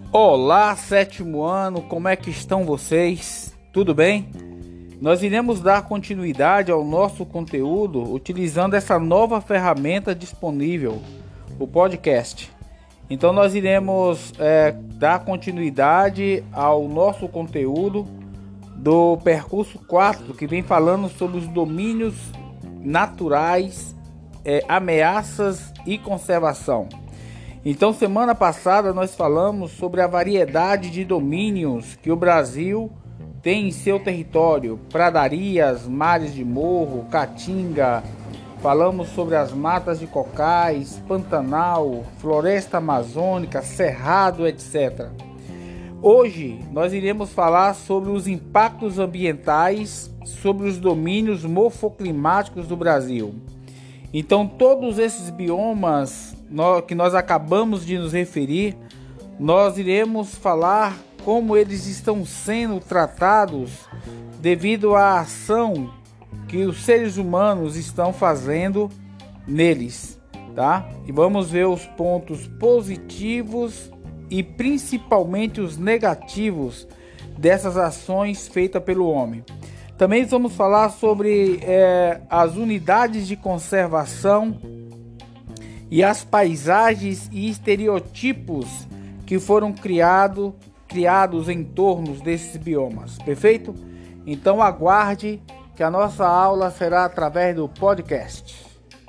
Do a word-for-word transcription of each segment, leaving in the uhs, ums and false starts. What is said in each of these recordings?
Olá, sétimo ano, como é que estão vocês? Tudo bem? Nós iremos dar continuidade ao nosso conteúdo utilizando essa nova ferramenta disponível, o podcast. Então nós iremos é, dar continuidade ao nosso conteúdo do percurso quatro, que vem falando sobre os domínios naturais, é, ameaças e conservação. Então, semana passada nós falamos sobre a variedade de domínios que o Brasil tem em seu território: pradarias, mares de morro, caatinga. Falamos sobre as matas de cocais, Pantanal, floresta amazônica, cerrado, etcétera. Hoje nós iremos falar sobre os impactos ambientais sobre os domínios morfoclimáticos do Brasil. Então, todos esses biomas que nós acabamos de nos referir, nós iremos falar como eles estão sendo tratados devido à ação que os seres humanos estão fazendo neles, tá? E vamos ver os pontos positivos e principalmente os negativos dessas ações feitas pelo homem. Também vamos falar sobre é, as unidades de conservação e as paisagens e estereotipos que foram criado, criados em torno desses biomas, perfeito? Então aguarde que a nossa aula será através do podcast.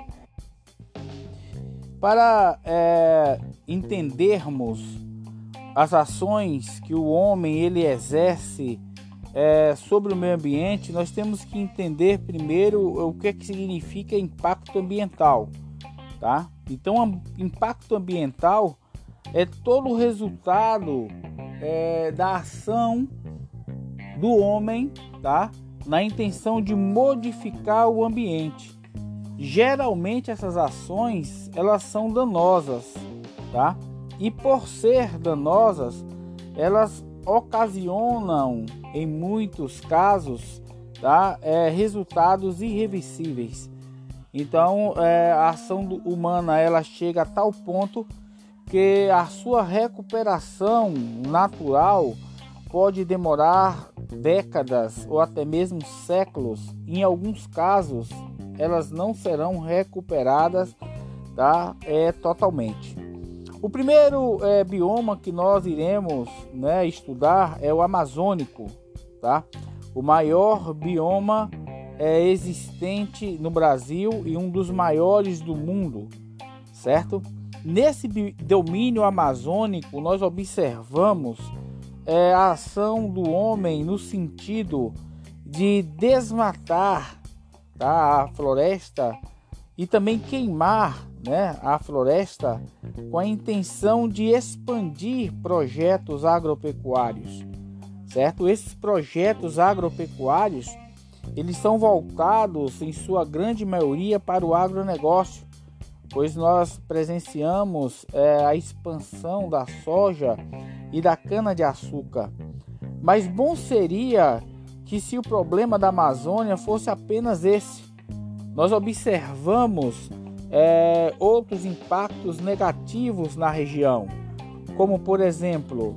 Para é, entendermos as ações que o homem ele exerce é, sobre o meio ambiente, nós temos que entender primeiro o que, é que significa impacto ambiental, tá? Então, impacto ambiental é todo o resultado é, da ação do homem, tá? Na intenção de modificar o ambiente. Geralmente essas ações elas são danosas, tá? E por ser danosas, elas ocasionam, em muitos casos, tá? É, resultados irreversíveis. Então, é, a ação humana ela chega a tal ponto que a sua recuperação natural pode demorar décadas ou até mesmo séculos. Em alguns casos, elas não serão recuperadas, tá? É, totalmente. O primeiro é, bioma que nós iremos, né, estudar é o amazônico, tá? O maior bioma é existente no Brasil e um dos maiores do mundo, certo? Nesse domínio amazônico, nós observamos é, a ação do homem no sentido de desmatar, tá, a floresta e também queimar, né, a floresta com a intenção de expandir projetos agropecuários, certo? Esses projetos agropecuários eles são voltados em sua grande maioria para o agronegócio, pois nós presenciamos é, a expansão da soja e da cana-de-açúcar. Mas bom seria que se o problema da Amazônia fosse apenas esse. Nós observamos é, outros impactos negativos na região, como por exemplo,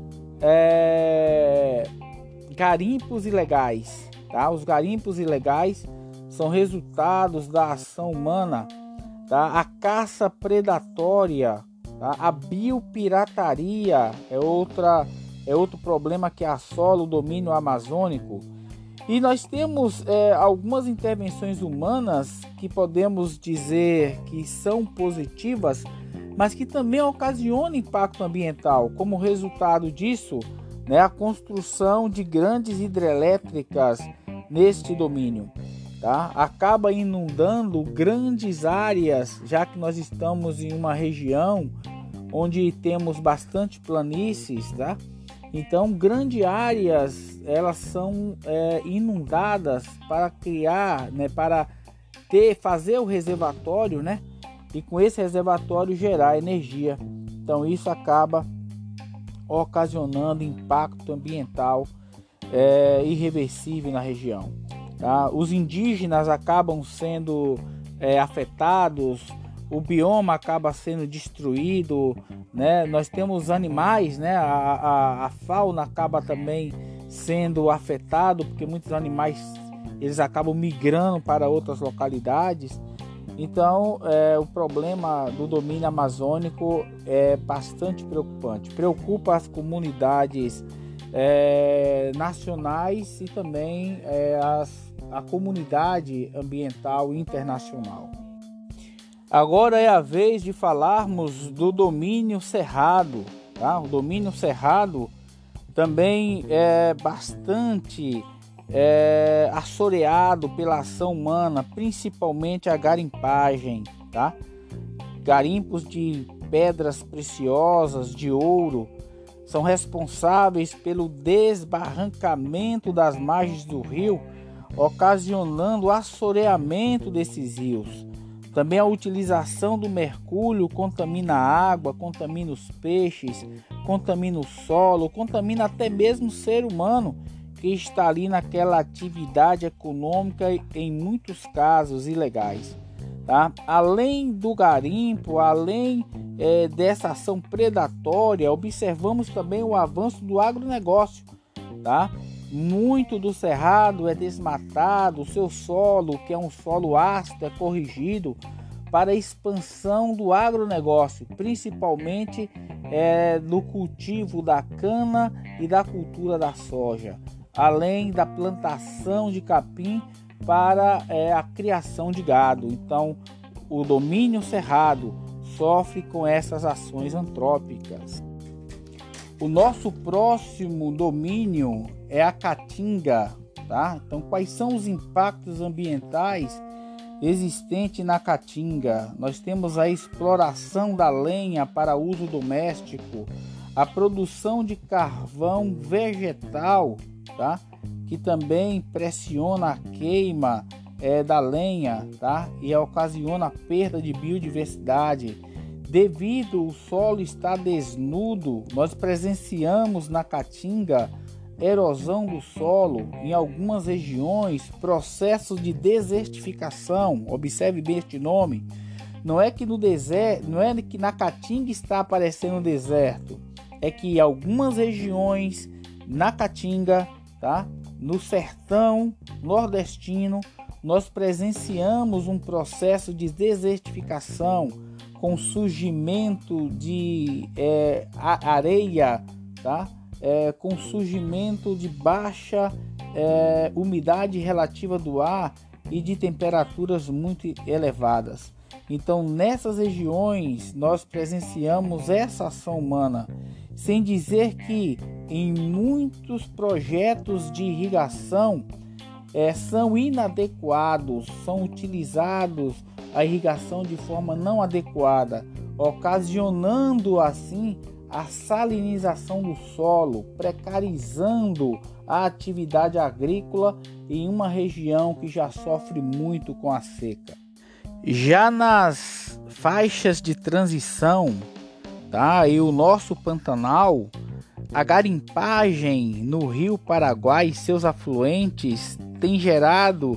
é, garimpos ilegais. Tá? Os garimpos ilegais são resultados da ação humana, tá? A caça predatória, tá? A biopirataria é, outra, é outro problema que assola o domínio amazônico. E nós temos é, algumas intervenções humanas que podemos dizer que são positivas, mas que também ocasionam impacto ambiental. Como resultado disso, né, a construção de grandes hidrelétricas neste domínio, tá? Acaba inundando grandes áreas, já que nós estamos em uma região onde temos bastante planícies, tá? Então, grandes áreas elas são é, inundadas para criar, né, para ter, fazer o reservatório, né? E com esse reservatório gerar energia. Então, isso acaba ocasionando impacto ambiental é, irreversível na região, tá? Os indígenas acabam sendo é, afetados, o bioma acaba sendo destruído, né? Nós temos animais, né? A, a, a fauna acaba também sendo afetado, porque muitos animais eles acabam migrando para outras localidades. Então, é, o problema do domínio amazônico é bastante preocupante. Preocupa as comunidades é, nacionais e também é, as, a comunidade ambiental internacional. Agora é a vez de falarmos do domínio cerrado. Tá? O domínio cerrado também é bastante é, assoreado pela ação humana, principalmente a garimpagem. Tá? Garimpos de pedras preciosas, de ouro, são responsáveis pelo desbarrancamento das margens do rio, ocasionando o assoreamento desses rios. Também a utilização do mercúrio contamina a água, contamina os peixes, contamina o solo, contamina até mesmo o ser humano que está ali naquela atividade econômica, em muitos casos ilegais. Tá? Além do garimpo, além é, dessa ação predatória, observamos também o avanço do agronegócio. Tá? Muito do cerrado é desmatado, o seu solo, que é um solo ácido, é corrigido para a expansão do agronegócio, principalmente é, no cultivo da cana e da cultura da soja, além da plantação de capim para é, a criação de gado. Então, o domínio cerrado sofre com essas ações antrópicas. O nosso próximo domínio é a caatinga, tá? Então, quais são os impactos ambientais existentes na caatinga? Nós temos a exploração da lenha para uso doméstico, a produção de carvão vegetal, tá? Que também pressiona a queima é, da lenha, tá? E ocasiona a perda de biodiversidade. Devido ao solo estar desnudo, nós presenciamos na caatinga erosão do solo, em algumas regiões, processos de desertificação. Observe bem este nome. Não é que no deserto, não é que na caatinga está aparecendo deserto, é que em algumas regiões na caatinga, tá? No sertão nordestino, nós presenciamos um processo de desertificação com surgimento de é, areia, tá? É, com surgimento de baixa é, umidade relativa do ar e de temperaturas muito elevadas. Então, nessas regiões, nós presenciamos essa ação humana, sem dizer que em muitos projetos de irrigação é, são inadequados, são utilizados a irrigação de forma não adequada, ocasionando assim a salinização do solo, precarizando a atividade agrícola em uma região que já sofre muito com a seca. Já nas faixas de transição, tá? E o nosso Pantanal, a garimpagem no Rio Paraguai e seus afluentes tem gerado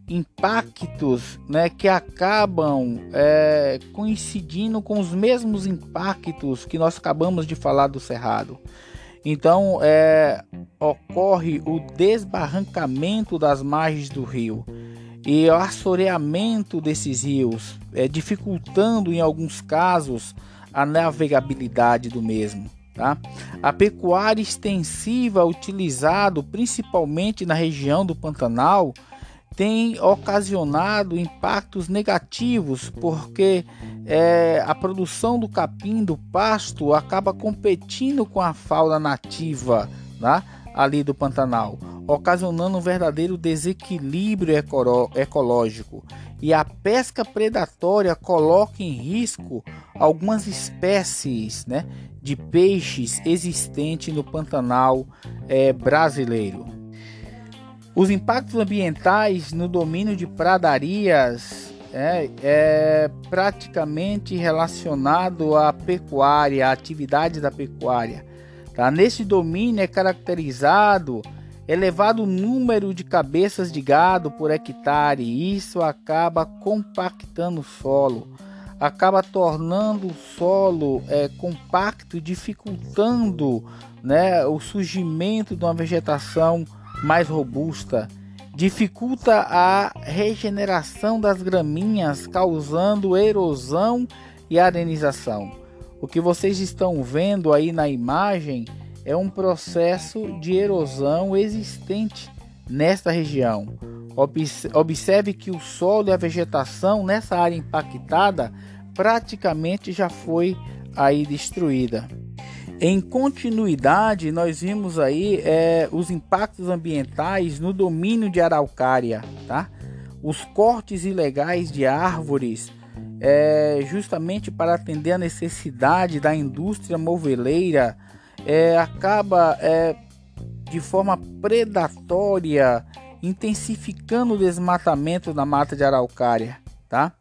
impactos, né, que acabam é, coincidindo com os mesmos impactos que nós acabamos de falar do Cerrado. Então é, ocorre o desbarrancamento das margens do rio e o assoreamento desses rios, é, dificultando em alguns casos a navegabilidade do mesmo. Tá? A pecuária extensiva utilizada principalmente na região do Pantanal tem ocasionado impactos negativos, porque é, a produção do capim, do pasto, acaba competindo com a fauna nativa, né, ali do Pantanal, ocasionando um verdadeiro desequilíbrio eco- ecológico. E a pesca predatória coloca em risco algumas espécies, né, de peixes existentes no Pantanal é, brasileiro. Os impactos ambientais no domínio de pradarias é, é praticamente relacionado à pecuária, à atividade da pecuária. Tá? Nesse domínio é caracterizado elevado número de cabeças de gado por hectare, e isso acaba compactando o solo. acaba tornando o solo é, compacto, dificultando, né, o surgimento de uma vegetação mais robusta, dificulta a regeneração das gramíneas, causando erosão e arenização. O que vocês estão vendo aí na imagem é um processo de erosão existente nesta região. Observe que o solo e a vegetação nessa área impactada praticamente já foi aí destruída. Em continuidade, nós vimos aí é, os impactos ambientais no domínio de araucária, tá? Os cortes ilegais de árvores, é, justamente para atender a necessidade da indústria moveleira, é, acaba é, de forma predatória intensificando o desmatamento da mata de araucária, tá?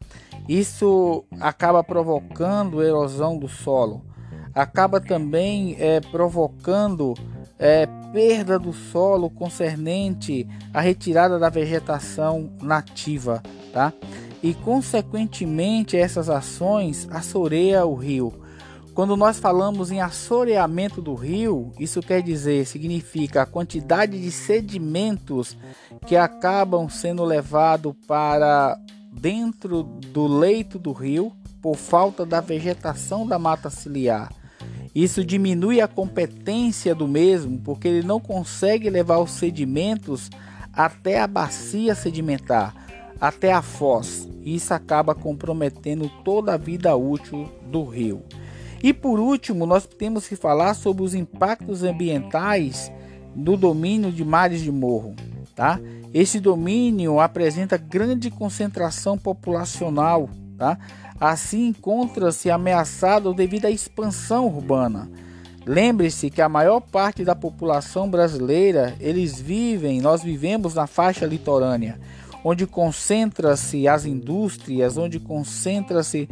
Isso acaba provocando erosão do solo, acaba também é, provocando é, perda do solo concernente à retirada da vegetação nativa, tá? E consequentemente essas ações assoreia o rio. Quando nós falamos em assoreamento do rio, isso quer dizer, significa a quantidade de sedimentos que acabam sendo levados para dentro do leito do rio por falta da vegetação da mata ciliar. Isso diminui a competência do mesmo, porque ele não consegue levar os sedimentos até a bacia sedimentar, até a foz. Isso acaba comprometendo toda a vida útil do rio. E por último, nós temos que falar sobre os impactos ambientais do domínio de mares de morro, tá? Esse domínio apresenta grande concentração populacional, tá? Assim encontra-se ameaçado devido à expansão urbana. Lembre-se que a maior parte da população brasileira, eles vivem, nós vivemos na faixa litorânea, onde concentra-se as indústrias, onde concentra-se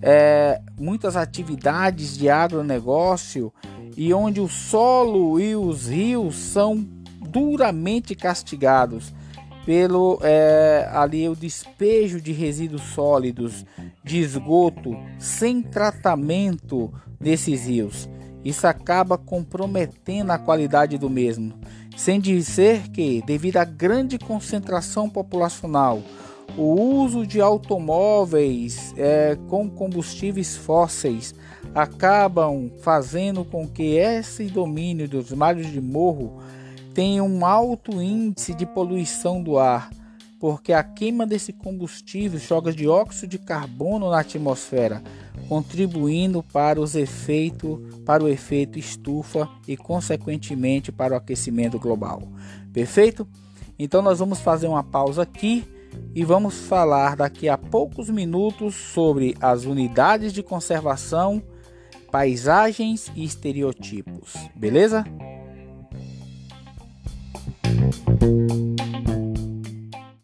é, muitas atividades de agronegócio e onde o solo e os rios são duramente castigados pelo é, ali o despejo de resíduos sólidos, de esgoto sem tratamento desses rios. Isso acaba comprometendo a qualidade do mesmo. Sem dizer que, devido à grande concentração populacional, o uso de automóveis é, com combustíveis fósseis acabam fazendo com que esse domínio dos mares de morro tenha um alto índice de poluição do ar, porque a queima desse combustível joga dióxido de carbono na atmosfera, contribuindo para os efeitos, para o efeito estufa e consequentemente para o aquecimento global. Perfeito? Então nós vamos fazer uma pausa aqui e vamos falar daqui a poucos minutos sobre as unidades de conservação, paisagens e estereotipos. Beleza?